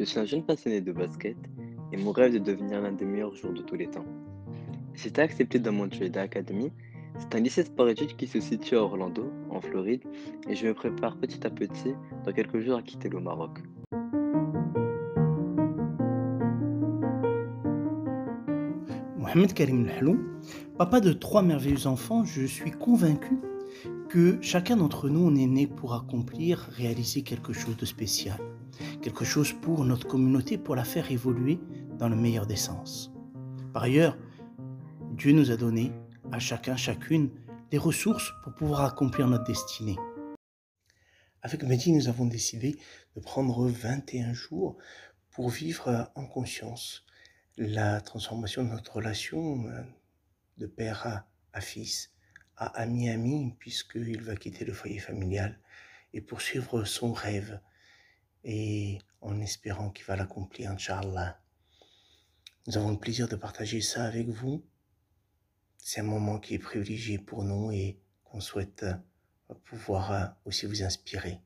Je suis un jeune passionné de basket et mon rêve est de devenir l'un des meilleurs joueurs de tous les temps. J'ai été accepté dans mon Montreal Academy. C'est un lycée sport-études qui se situe à Orlando, en Floride, et je me prépare petit à petit dans quelques jours à quitter le Maroc. Mohamed Karim Lhalou, papa de trois merveilleux enfants, je suis convaincu que chacun d'entre nous, on est né pour accomplir, réaliser quelque chose de spécial, quelque chose pour notre communauté, pour la faire évoluer dans le meilleur des sens. Par ailleurs, Dieu nous a donné à chacun, chacune, des ressources pour pouvoir accomplir notre destinée. Avec Mehdi, nous avons décidé de prendre 21 jours pour vivre en conscience la transformation de notre relation de père à fils, à ami, puisqu'il va quitter le foyer familial et poursuivre son rêve, et en espérant qu'il va l'accomplir, Inch'Allah. Nous avons le plaisir de partager ça avec vous. C'est un moment qui est privilégié pour nous et qu'on souhaite pouvoir aussi vous inspirer.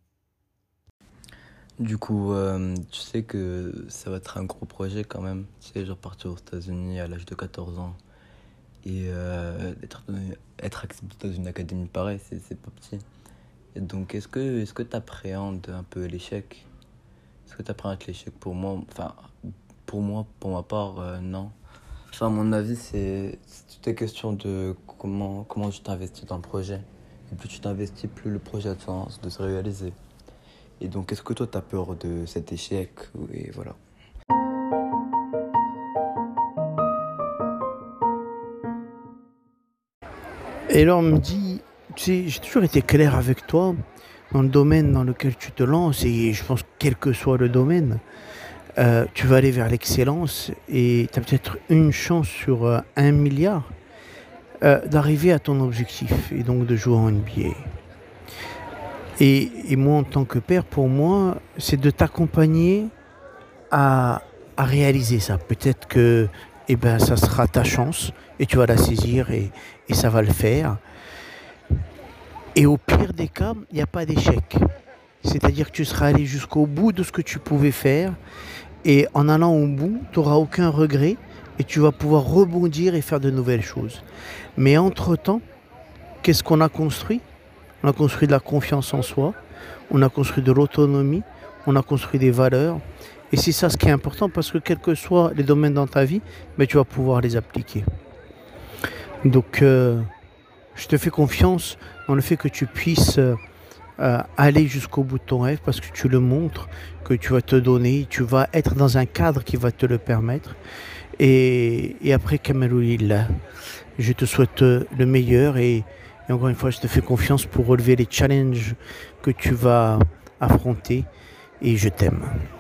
Du coup, tu sais que ça va être un gros projet quand même. Tu sais, genre partir aux États-Unis à l'âge de 14 ans et être accepté dans une académie pareille, c'est pas petit. Et donc, est-ce que tu appréhendes un peu l'échec? Est-ce que tu appréhendes l'échec? Pour moi, enfin, pour ma part, non. Enfin, à mon avis, c'est toute une question de comment tu t'investis dans le projet. Et plus tu t'investis, plus le projet a de chance de se réaliser. Et donc, est-ce que toi, tu as peur de cet échec? Et voilà. Et alors on me dit, tu sais, j'ai toujours été clair avec toi dans le domaine dans lequel tu te lances, et je pense que quel que soit le domaine, tu vas aller vers l'excellence et tu as peut-être une chance sur 1 milliard d'arriver à ton objectif et donc de jouer en NBA. Et moi, en tant que père, pour moi, c'est de t'accompagner à réaliser ça. Peut-être que ça sera ta chance et tu vas la saisir et ça va le faire. Et au pire des cas, il n'y a pas d'échec. C'est-à-dire que tu seras allé jusqu'au bout de ce que tu pouvais faire, et en allant au bout, tu n'auras aucun regret et tu vas pouvoir rebondir et faire de nouvelles choses. Mais entre-temps, qu'est-ce qu'on a construit? On a construit de la confiance en soi, on a construit de l'autonomie, on a construit des valeurs. Et c'est ça ce qui est important, parce que quels que soient les domaines dans ta vie, tu vas pouvoir les appliquer. Donc, je te fais confiance dans le fait que tu puisses aller jusqu'au bout de ton rêve, parce que tu le montres, que tu vas te donner, tu vas être dans un cadre qui va te le permettre. Et après, Kamalouillah, je te souhaite le meilleur, et encore une fois, je te fais confiance pour relever les challenges que tu vas affronter, et je t'aime.